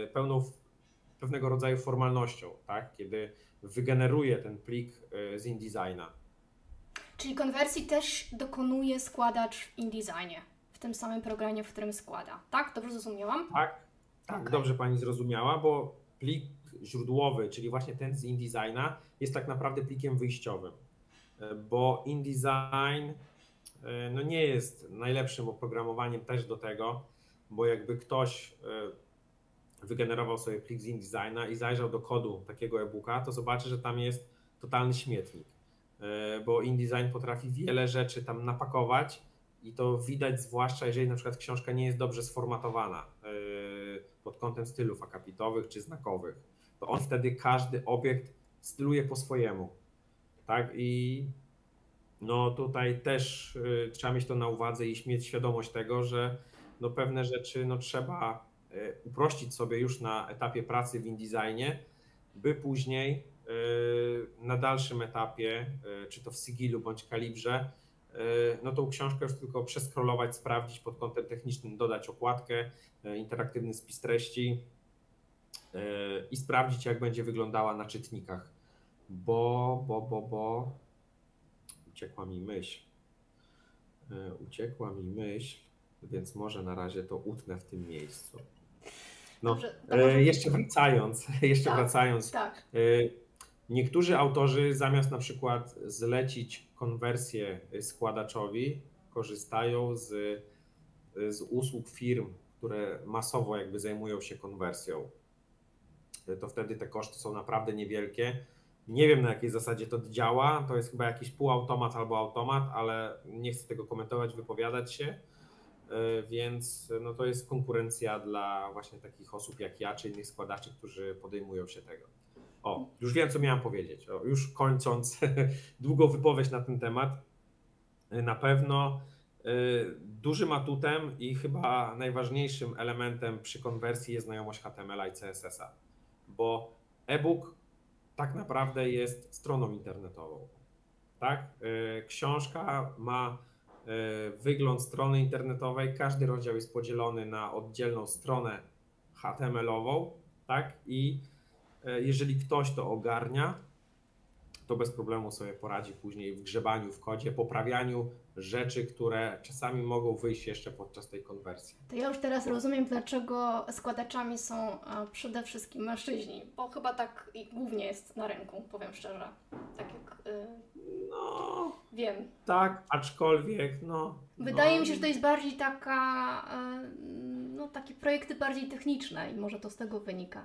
pewnego rodzaju formalnością, tak, kiedy wygeneruję ten plik z InDesigna. Czyli konwersji też dokonuje składacz w InDesignie, w tym samym programie, w którym składa, tak? Dobrze zrozumiałam? Tak, okay. Dobrze Pani zrozumiała, bo plik źródłowy, czyli właśnie ten z InDesigna, jest tak naprawdę plikiem wyjściowym, bo InDesign no nie jest najlepszym oprogramowaniem też do tego, bo jakby ktoś wygenerował sobie plik z InDesigna i zajrzał do kodu takiego e-booka, to zobaczy, że tam jest totalny śmietnik, bo InDesign potrafi wiele rzeczy tam napakować i to widać zwłaszcza, jeżeli na przykład książka nie jest dobrze sformatowana pod kątem stylów akapitowych czy znakowych, to on wtedy każdy obiekt styluje po swojemu, tak? I no tutaj też trzeba mieć to na uwadze i mieć świadomość tego, że no pewne rzeczy no trzeba uprościć sobie już na etapie pracy w InDesignie, by później na dalszym etapie, czy to w Sigilu bądź Calibrze, no tą książkę już tylko przeskrolować, sprawdzić pod kątem technicznym, dodać okładkę, interaktywny spis treści i sprawdzić, jak będzie wyglądała na czytnikach, bo uciekła mi myśl, więc może na razie to utnę w tym miejscu. No, dobrze, jeszcze wracając, tak. Niektórzy autorzy zamiast na przykład zlecić konwersję składaczowi, korzystają z usług firm, które masowo jakby zajmują się konwersją. To wtedy te koszty są naprawdę niewielkie. Nie wiem, na jakiej zasadzie to działa, to jest chyba jakiś półautomat albo automat, ale nie chcę tego komentować, wypowiadać się. Więc no to jest konkurencja dla właśnie takich osób jak ja, czy innych składaczy, którzy podejmują się tego. O, już wiem, co miałem powiedzieć. Już kończąc długą wypowiedź na ten temat, na pewno dużym atutem i chyba najważniejszym elementem przy konwersji jest znajomość HTML-a i CSS-a, bo e-book tak naprawdę jest stroną internetową. Tak? Książka ma wygląd strony internetowej, każdy rozdział jest podzielony na oddzielną stronę HTML-ową, tak? I jeżeli ktoś to ogarnia, to bez problemu sobie poradzi później w grzebaniu w kodzie, poprawianiu rzeczy, które czasami mogą wyjść jeszcze podczas tej konwersji. To ja już teraz rozumiem, dlaczego składaczami są przede wszystkim mężczyźni, bo chyba tak głównie jest na rynku, powiem szczerze. Tak jak no, wiem. Tak, aczkolwiek no... Wydaje mi się, że to jest bardziej takie projekty bardziej techniczne i może to z tego wynika.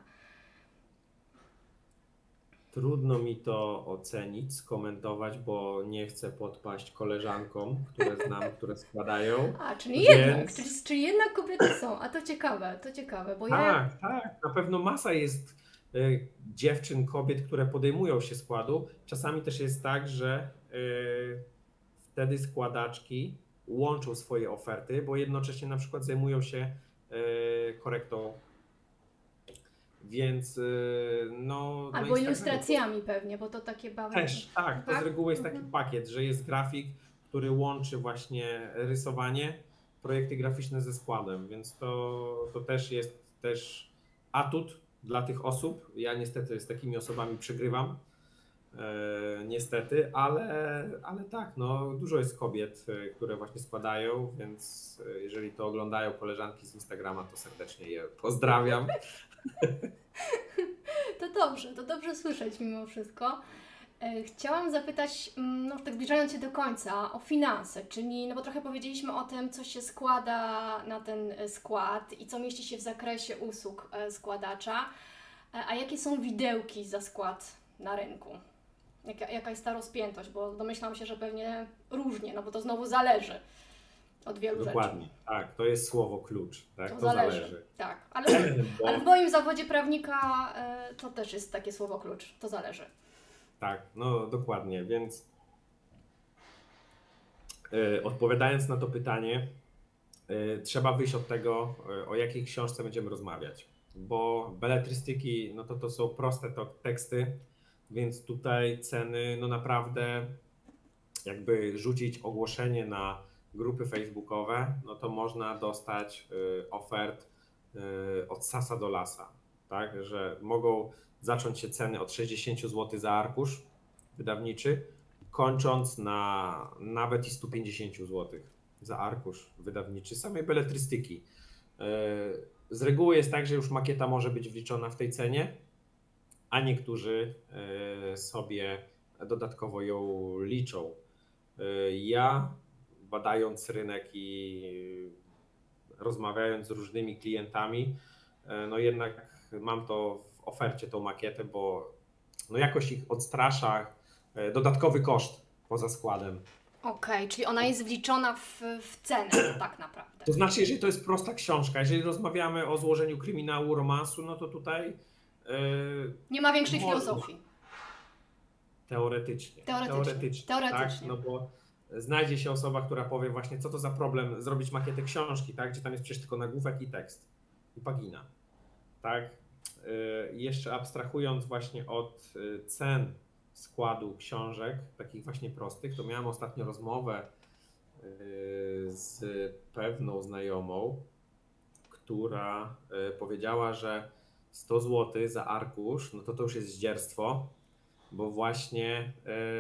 Trudno mi to ocenić, skomentować, bo nie chcę podpaść koleżankom, które znam, które składają. Czyli jednak, czyli jednak kobiety są, a to ciekawe, bo tak, na pewno masa jest dziewczyn, kobiet, które podejmują się składu. Czasami też jest tak, że wtedy składaczki łączą swoje oferty, bo jednocześnie na przykład zajmują się korektą. Więc no... Albo ilustracjami pewnie, bo to takie bardzo... Też, tak. To z reguły jest taki pakiet, że jest grafik, który łączy właśnie rysowanie, projekty graficzne ze składem, więc to też jest atut dla tych osób. Ja niestety z takimi osobami przegrywam, niestety, ale tak, no dużo jest kobiet, które właśnie składają, więc jeżeli to oglądają koleżanki z Instagrama, to serdecznie je pozdrawiam. To dobrze słyszeć mimo wszystko. Chciałam zapytać, no tak zbliżając się do końca, o finanse, czyli, no bo trochę powiedzieliśmy o tym, co się składa na ten skład i co mieści się w zakresie usług składacza, a jakie są widełki za skład na rynku? Jaka jest ta rozpiętość, bo domyślam się, że pewnie różnie, no bo to znowu zależy od wielu rzeczy. Dokładnie, tak, to jest słowo klucz, tak? To zależy. Tak, ale w moim zawodzie prawnika to też jest takie słowo klucz, to zależy. Tak, no dokładnie, więc odpowiadając na to pytanie, trzeba wyjść od tego, o jakiej książce będziemy rozmawiać, bo beletrystyki, no to są proste teksty, więc tutaj ceny, no naprawdę jakby rzucić ogłoszenie na grupy facebookowe, no to można dostać ofert od sasa do lasa, tak, że mogą zacząć się ceny od 60 zł za arkusz wydawniczy, kończąc na nawet i 150 zł za arkusz wydawniczy samej beletrystyki. Z reguły jest tak, że już makieta może być wliczona w tej cenie, a niektórzy sobie dodatkowo ją liczą. Ja, badając rynek i rozmawiając z różnymi klientami, no jednak mam to w ofercie, tą makietę, bo no jakoś ich odstrasza dodatkowy koszt poza składem. Okej, czyli ona jest wliczona w cenę tak naprawdę. To znaczy, jeżeli to jest prosta książka, jeżeli rozmawiamy o złożeniu kryminału, romansu, no to tutaj nie ma większej filozofii. Teoretycznie. Tak? No bo znajdzie się osoba, która powie właśnie, co to za problem zrobić makietę książki, tak? Gdzie tam jest przecież tylko nagłówek i tekst i pagina. Tak? Jeszcze abstrahując właśnie od cen składu książek, takich właśnie prostych, to miałem ostatnio rozmowę z pewną znajomą, która powiedziała, że 100 zł za arkusz, no to już jest zdzierstwo, bo właśnie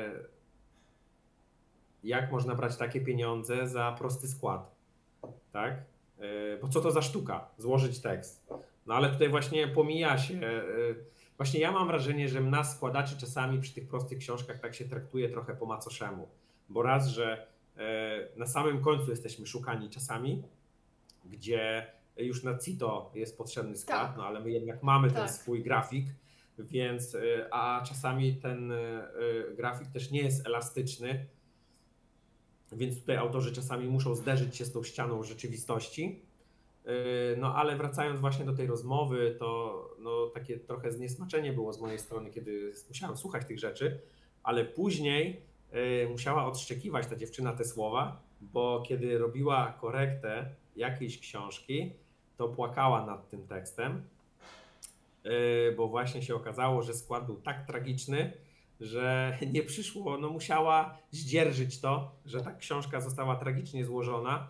jak można brać takie pieniądze za prosty skład, tak? Bo co to za sztuka? Złożyć tekst. No ale tutaj właśnie pomija się, właśnie ja mam wrażenie, że nas składaczy czasami przy tych prostych książkach tak się traktuje trochę po macoszemu, bo raz, że na samym końcu jesteśmy szukani czasami, gdzie już na CITO jest potrzebny skład, tak. No ale my jednak mamy ten swój grafik, więc, a czasami ten grafik też nie jest elastyczny, więc tutaj autorzy czasami muszą zderzyć się z tą ścianą rzeczywistości. No ale wracając właśnie do tej rozmowy, to no, takie trochę zniesmaczenie było z mojej strony, kiedy musiałem słuchać tych rzeczy, ale później musiała odszczekiwać ta dziewczyna te słowa, bo kiedy robiła korektę jakiejś książki, to płakała nad tym tekstem, bo właśnie się okazało, że skład był tak tragiczny, że nie przyszło, no musiała zdzierżyć to, że ta książka została tragicznie złożona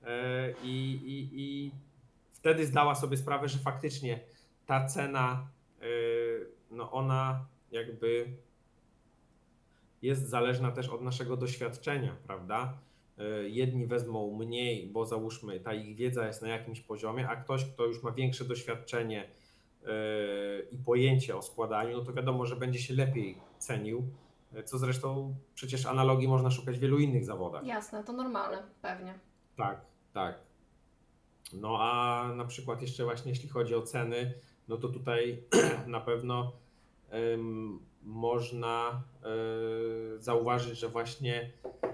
i wtedy zdała sobie sprawę, że faktycznie ta cena, no ona jakby jest zależna też od naszego doświadczenia, prawda? Jedni wezmą mniej, bo załóżmy ta ich wiedza jest na jakimś poziomie, a ktoś, kto już ma większe doświadczenie i pojęcie o składaniu, no to wiadomo, że będzie się lepiej cenił, co zresztą przecież analogii można szukać w wielu innych zawodach. Jasne, to normalne, pewnie. Tak, tak. No a na przykład jeszcze właśnie jeśli chodzi o ceny, no to tutaj na pewno można zauważyć, że właśnie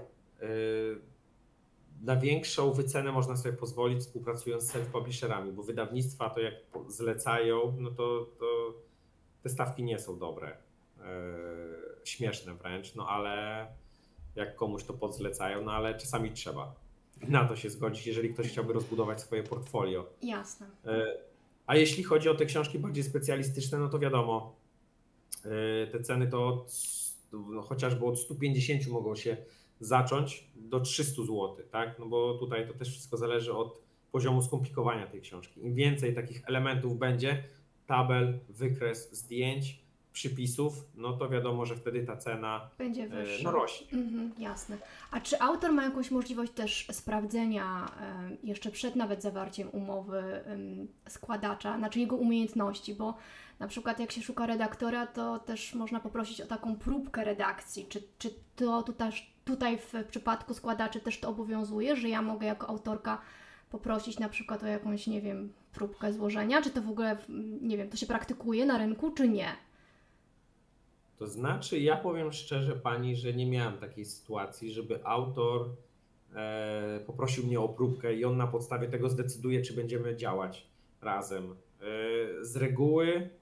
na większą wycenę można sobie pozwolić współpracując z self-publisherami, bo wydawnictwa to jak zlecają, no to te stawki nie są dobre, śmieszne wręcz, no ale jak komuś to podzlecają, no ale czasami trzeba na to się zgodzić, jeżeli ktoś chciałby rozbudować swoje portfolio. Jasne. A jeśli chodzi o te książki bardziej specjalistyczne, no to wiadomo, te ceny to no chociażby od 150 mogą się zacząć do 300 zł, tak? No bo tutaj to też wszystko zależy od poziomu skomplikowania tej książki. Im więcej takich elementów będzie, tabel, wykres, zdjęć, przypisów, no to wiadomo, że wtedy ta cena będzie wyższa. No rośnie. Jasne. A czy autor ma jakąś możliwość też sprawdzenia jeszcze przed nawet zawarciem umowy składacza, znaczy jego umiejętności, bo na przykład jak się szuka redaktora, to też można poprosić o taką próbkę redakcji. Czy to tutaj w przypadku składaczy też to obowiązuje, że ja mogę jako autorka poprosić na przykład o jakąś, nie wiem, próbkę złożenia? Czy to w ogóle, nie wiem, to się praktykuje na rynku, czy nie? To znaczy, ja powiem szczerze pani, że nie miałem takiej sytuacji, żeby autor poprosił mnie o próbkę i on na podstawie tego zdecyduje, czy będziemy działać razem. Z reguły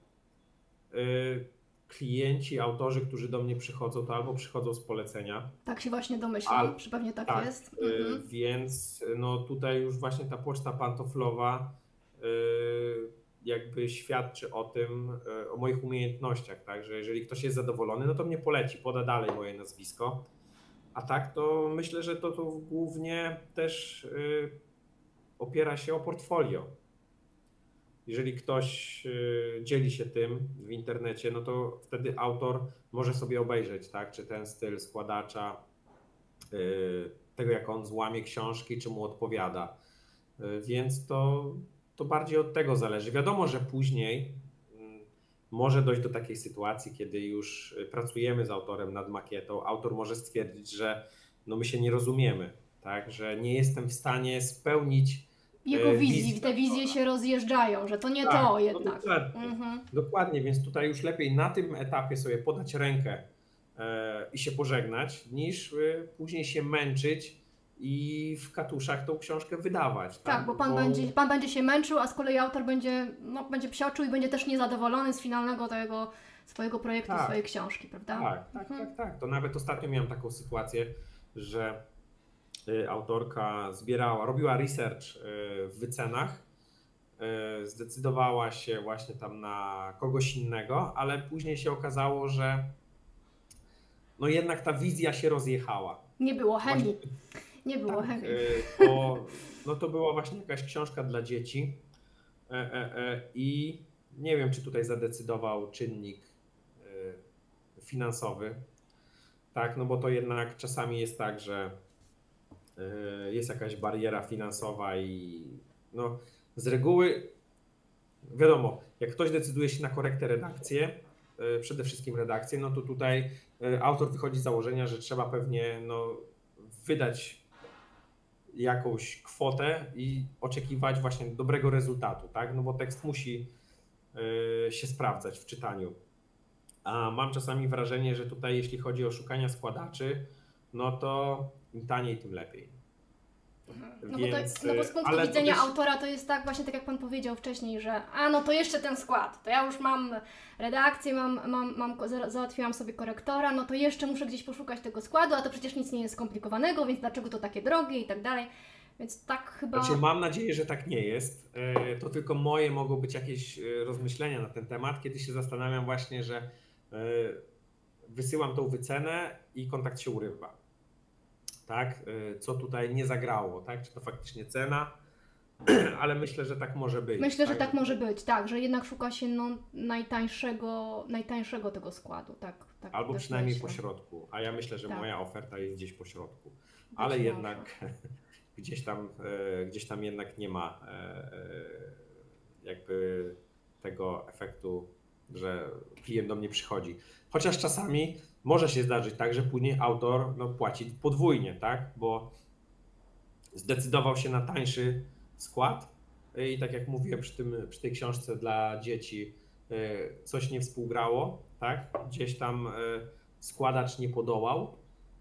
klienci, autorzy, którzy do mnie przychodzą, to albo przychodzą z polecenia. Tak się właśnie domyślam, że pewnie tak jest. Więc no tutaj już właśnie ta poczta pantoflowa jakby świadczy o tym, o moich umiejętnościach, tak, że jeżeli ktoś jest zadowolony, no to mnie poleci, poda dalej moje nazwisko. A tak to myślę, że to głównie też opiera się o portfolio. Jeżeli ktoś dzieli się tym w internecie, no to wtedy autor może sobie obejrzeć, tak, czy ten styl składacza, tego jak on złamie książki, czy mu odpowiada. Więc to bardziej od tego zależy. Wiadomo, że później może dojść do takiej sytuacji, kiedy już pracujemy z autorem nad makietą, autor może stwierdzić, że no my się nie rozumiemy, tak, że nie jestem w stanie spełnić jego wizji. Te wizje się rozjeżdżają, że to nie tak, to jednak. No dokładnie, więc tutaj już lepiej na tym etapie sobie podać rękę i się pożegnać, niż później się męczyć i w katuszach tą książkę wydawać. Tak, bo pan będzie się męczył, a z kolei autor będzie psioczył i będzie też niezadowolony z finalnego tego swojego projektu, swojej książki, prawda? Tak. To nawet ostatnio miałem taką sytuację, że autorka robiła research w wycenach, zdecydowała się właśnie tam na kogoś innego, ale później się okazało, że no jednak ta wizja się rozjechała. Nie było chemii. Nie było chemii. No to była właśnie jakaś książka dla dzieci i nie wiem, czy tutaj zadecydował czynnik finansowy, tak, no bo to jednak czasami jest tak, że jest jakaś bariera finansowa i no z reguły wiadomo, jak ktoś decyduje się na korektę redakcję, przede wszystkim redakcję, no to tutaj autor wychodzi z założenia, że trzeba pewnie wydać jakąś kwotę i oczekiwać właśnie dobrego rezultatu, tak? No bo tekst musi się sprawdzać w czytaniu. A mam czasami wrażenie, że tutaj jeśli chodzi o szukania składaczy, no to im taniej, tym lepiej. No bo z punktu widzenia autora to jest tak właśnie tak jak pan powiedział wcześniej, że no to jeszcze ten skład, to ja już mam redakcję, załatwiłam sobie korektora, no to jeszcze muszę gdzieś poszukać tego składu, a to przecież nic nie jest skomplikowanego, więc dlaczego to takie drogie i tak dalej. Więc tak chyba... Znaczy, mam nadzieję, że tak nie jest. To tylko moje mogą być jakieś rozmyślenia na ten temat, kiedy się zastanawiam właśnie, że wysyłam tą wycenę i kontakt się urywa. Tak, co tutaj nie zagrało, tak? Czy to faktycznie cena, ale myślę, że tak może być. Myślę, że tak może być, tak, że jednak szuka się najtańszego tego składu, tak. Albo przynajmniej pośrodku, a ja myślę, że moja oferta jest gdzieś pośrodku, ale jednak gdzieś tam jednak nie ma jakby tego efektu, że klient do mnie przychodzi. Chociaż czasami może się zdarzyć tak, że później autor płaci podwójnie, tak? Bo zdecydował się na tańszy skład i tak jak mówiłem przy tej książce dla dzieci coś nie współgrało, tak? Gdzieś tam składacz nie podołał,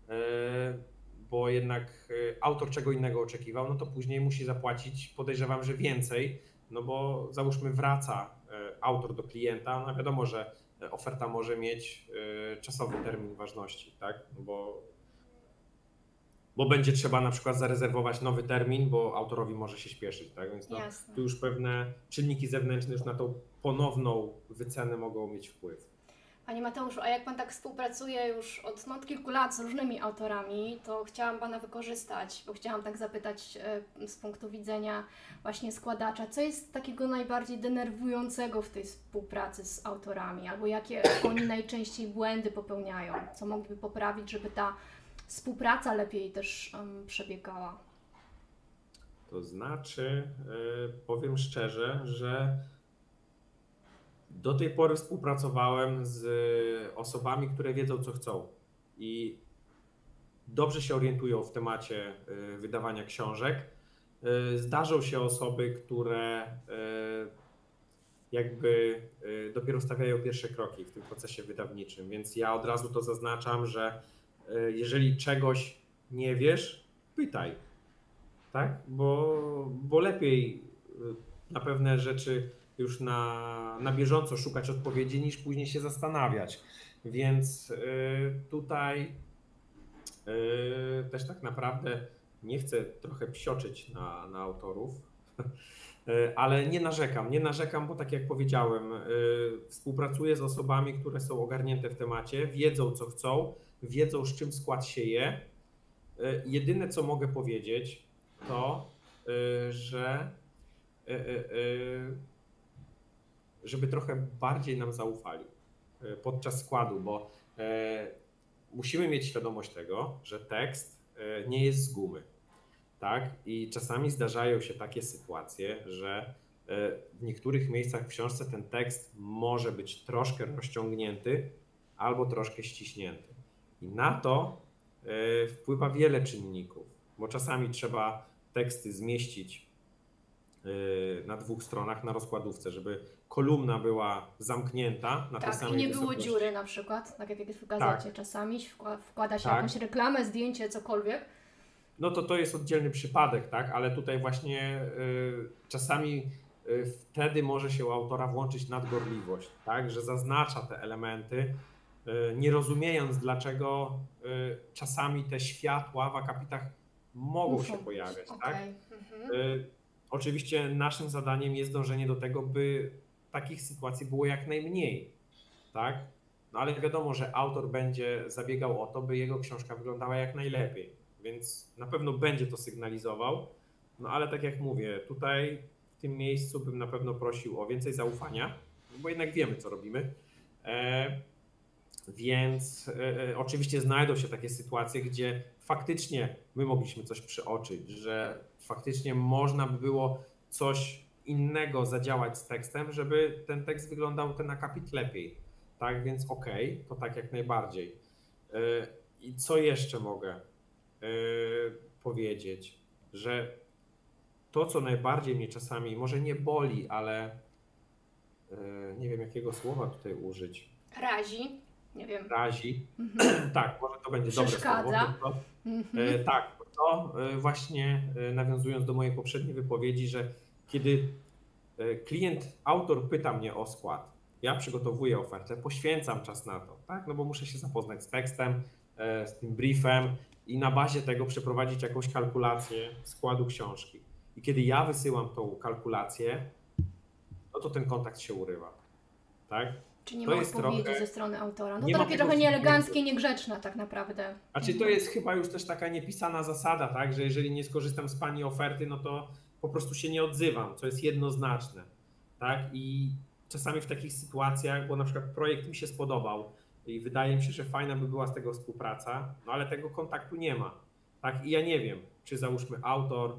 bo jednak autor czego innego oczekiwał, no to później musi zapłacić, podejrzewam, że więcej, no bo załóżmy wraca autor do klienta, no wiadomo, że oferta może mieć czasowy termin ważności, tak? Bo bo będzie trzeba na przykład zarezerwować nowy termin, bo autorowi może się śpieszyć, tak? Więc no, tu już pewne czynniki zewnętrzne już na tą ponowną wycenę mogą mieć wpływ. Panie Mateuszu, a jak Pan tak współpracuje już od kilku lat z różnymi autorami, to chciałam Pana wykorzystać, bo chciałam tak zapytać z punktu widzenia właśnie składacza, co jest takiego najbardziej denerwującego w tej współpracy z autorami, albo jakie oni najczęściej błędy popełniają, co mogliby poprawić, żeby ta współpraca lepiej też przebiegała? To znaczy, powiem szczerze, że do tej pory współpracowałem z osobami, które wiedzą, co chcą i dobrze się orientują w temacie wydawania książek. Zdarzą się osoby, które jakby dopiero stawiają pierwsze kroki w tym procesie wydawniczym, więc ja od razu to zaznaczam, że jeżeli czegoś nie wiesz, pytaj, tak? Bo lepiej na pewne rzeczy już na bieżąco szukać odpowiedzi, niż później się zastanawiać. Więc tutaj też tak naprawdę nie chcę trochę psioczyć na autorów, ale nie narzekam, bo tak jak powiedziałem, współpracuję z osobami, które są ogarnięte w temacie, wiedzą co chcą, wiedzą z czym skład się je. Jedyne co mogę powiedzieć to, że żeby trochę bardziej nam zaufali podczas składu, bo musimy mieć świadomość tego, że tekst nie jest z gumy, tak? I czasami zdarzają się takie sytuacje, że w niektórych miejscach w książce ten tekst może być troszkę rozciągnięty albo troszkę ściśnięty. I na to wpływa wiele czynników, bo czasami trzeba teksty zmieścić na 2 stronach na rozkładówce, żeby kolumna była zamknięta na tej samej i nie wysokości. było dziury na przykład, tak jak w gazecie. Tak. Czasami wkłada się jakąś reklamę, zdjęcie, cokolwiek. No to jest oddzielny przypadek, tak? Ale tutaj właśnie czasami wtedy może się u autora włączyć nadgorliwość, tak? Że zaznacza te elementy, nie rozumiejąc dlaczego czasami te światła w akapitach mogą się pojawiać, tak? Oczywiście naszym zadaniem jest dążenie do tego, by takich sytuacji było jak najmniej, tak? No ale wiadomo, że autor będzie zabiegał o to, by jego książka wyglądała jak najlepiej, więc na pewno będzie to sygnalizował, no ale tak jak mówię, tutaj w tym miejscu bym na pewno prosił o więcej zaufania, bo jednak wiemy, co robimy, więc oczywiście znajdą się takie sytuacje, gdzie faktycznie my mogliśmy coś przeoczyć, że faktycznie można by było coś innego zadziałać z tekstem, żeby ten tekst wyglądał, ten akapit lepiej. Tak, więc okej, to tak jak najbardziej. I co jeszcze mogę powiedzieć, że to, co najbardziej mnie czasami może nie boli, ale nie wiem jakiego słowa tutaj użyć. Razi. Nie wiem. Razi. Tak, może to będzie dobre słowo. Tak, to właśnie nawiązując do mojej poprzedniej wypowiedzi, że kiedy autor pyta mnie o skład, ja przygotowuję ofertę, poświęcam czas na to, tak? No bo muszę się zapoznać z tekstem, z tym briefem i na bazie tego przeprowadzić jakąś kalkulację składu książki. I kiedy ja wysyłam tą kalkulację, no to ten kontakt się urywa, tak? Czy nie ma odpowiedzi ze strony autora? No to takie trochę nieeleganckie, niegrzeczne tak naprawdę. Znaczy to jest chyba już też taka niepisana zasada, tak, że jeżeli nie skorzystam z pani oferty, no to po prostu się nie odzywam, co jest jednoznaczne, tak? I czasami w takich sytuacjach, bo na przykład projekt mi się spodobał i wydaje mi się, że fajna by była z tego współpraca, no ale tego kontaktu nie ma, tak? I ja nie wiem, czy załóżmy autor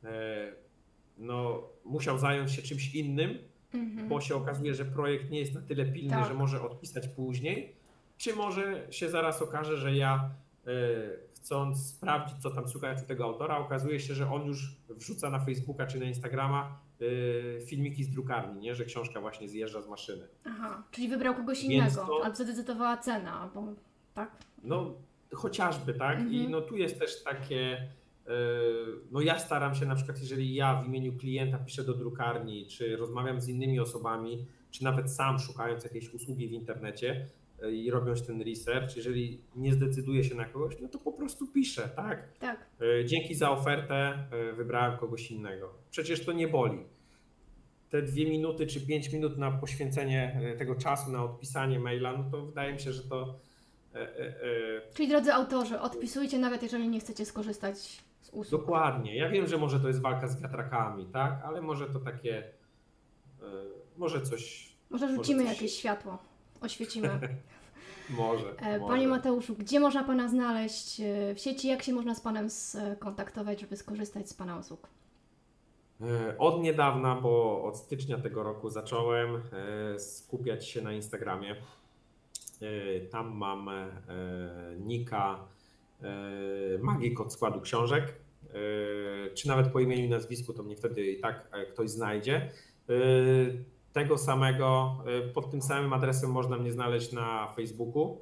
no, musiał zająć się czymś innym, bo się okazuje, że projekt nie jest na tyle pilny, że może odpisać później, czy może się zaraz okaże, że ja chcąc sprawdzić, co tam słychać u tego autora, okazuje się, że on już wrzuca na Facebooka czy na Instagrama filmiki z drukarni, nie? Że książka właśnie zjeżdża z maszyny. Aha, czyli wybrał kogoś innego, albo zadecydowała cena, albo tak? No chociażby, tak? I no tu jest też takie, no ja staram się na przykład, jeżeli ja w imieniu klienta piszę do drukarni, czy rozmawiam z innymi osobami, czy nawet sam szukając jakiejś usługi w internecie, i robiąc ten research, jeżeli nie zdecyduje się na kogoś, no to po prostu piszę, tak? Tak. Dzięki za ofertę, wybrałem kogoś innego. Przecież to nie boli. Te 2 minuty czy 5 minut na poświęcenie tego czasu, na odpisanie maila, no to wydaje mi się, że to... Czyli drodzy autorzy, odpisujcie nawet jeżeli nie chcecie skorzystać z usług. Dokładnie. Ja wiem, że może to jest walka z wiatrakami, tak? Ale może to takie... Może coś... Może rzucimy jakieś światło, oświecimy. Może. Panie Mateuszu, gdzie można Pana znaleźć w sieci? Jak się można z Panem skontaktować, żeby skorzystać z Pana usług? Od niedawna, bo od stycznia tego roku zacząłem skupiać się na Instagramie. Tam mam nika Magik od składu książek, czy nawet po imieniu i nazwisku, to mnie wtedy i tak ktoś znajdzie. Tego samego, pod tym samym adresem można mnie znaleźć na Facebooku.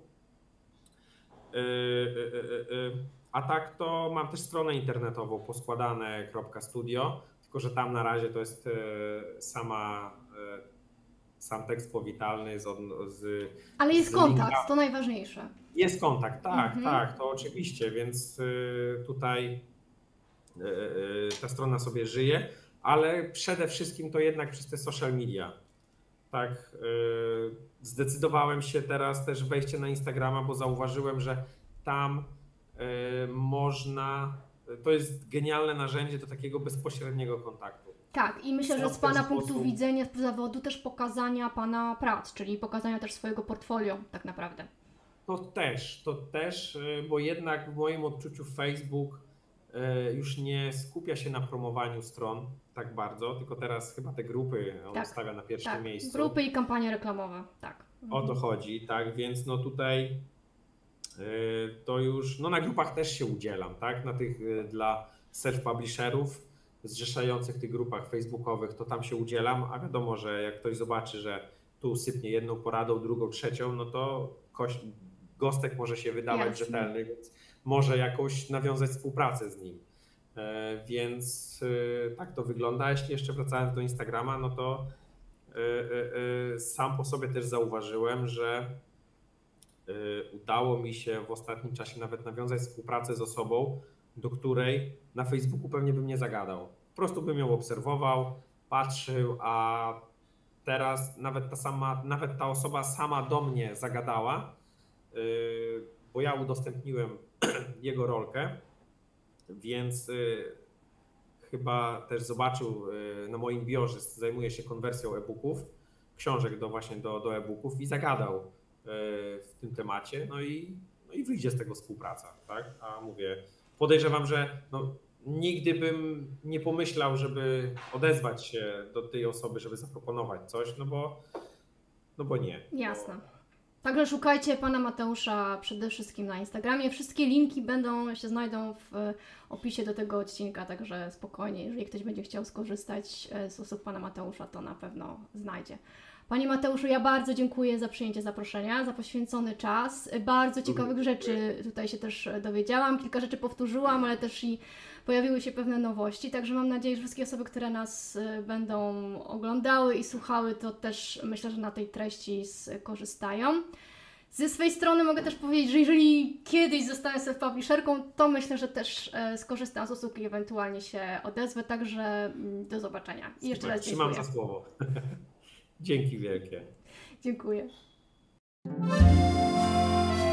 A tak to mam też stronę internetową poskładane.studio, tylko że tam na razie to jest sam tekst powitalny Ale jest kontakt, to najważniejsze. Jest kontakt, tak, to oczywiście, więc tutaj ta strona sobie żyje, ale przede wszystkim to jednak przez te social media. Tak, zdecydowałem się teraz też wejście na Instagrama, bo zauważyłem, że tam można, to jest genialne narzędzie do takiego bezpośredniego kontaktu. Tak, i myślę, że z Pana punktu widzenia z zawodu też pokazania Pana prac, czyli pokazania też swojego portfolio tak naprawdę. To też, bo jednak w moim odczuciu Facebook już nie skupia się na promowaniu stron tak bardzo, tylko teraz chyba te grupy on stawia na pierwszym miejscu. Grupy i kampanie reklamowe, tak. O to chodzi, tak, więc no tutaj to już, no na grupach też się udzielam, tak, na tych dla self-publisherów zrzeszających w tych grupach facebookowych, to tam się udzielam, a wiadomo, że jak ktoś zobaczy, że tu sypnie jedną poradą, drugą, trzecią, no to gostek może się wydawać rzetelny, więc może jakoś nawiązać współpracę z nim. Więc tak to wygląda. Jeśli jeszcze wracając do Instagrama, no to sam po sobie też zauważyłem, że udało mi się w ostatnim czasie nawet nawiązać współpracę z osobą, do której na Facebooku pewnie bym nie zagadał. Po prostu bym ją obserwował, patrzył, a teraz nawet ta osoba sama do mnie zagadała, bo ja udostępniłem jego rolkę, więc chyba też zobaczył na moim biurze, że zajmuję się konwersją e-booków, książek do e-booków i zagadał w tym temacie, no i wyjdzie z tego współpraca, tak? A mówię, podejrzewam, że nigdy bym nie pomyślał, żeby odezwać się do tej osoby, żeby zaproponować coś, no bo nie. Jasne. Także szukajcie Pana Mateusza przede wszystkim na Instagramie. Wszystkie linki się znajdą w opisie do tego odcinka, także spokojnie, jeżeli ktoś będzie chciał skorzystać z usług Pana Mateusza, to na pewno znajdzie. Panie Mateuszu, ja bardzo dziękuję za przyjęcie zaproszenia, za poświęcony czas. Bardzo ciekawych rzeczy tutaj się też dowiedziałam, kilka rzeczy powtórzyłam, ale też i pojawiły się pewne nowości, także mam nadzieję, że wszystkie osoby, które nas będą oglądały i słuchały, to też myślę, że na tej treści skorzystają. Ze swojej strony mogę też powiedzieć, że jeżeli kiedyś zostanę self-publisherką, to myślę, że też skorzystam z usług i ewentualnie się odezwę, także do zobaczenia. I jeszcze raz dziękuję. Trzymam za słowo. Dzięki wielkie. Dziękuję.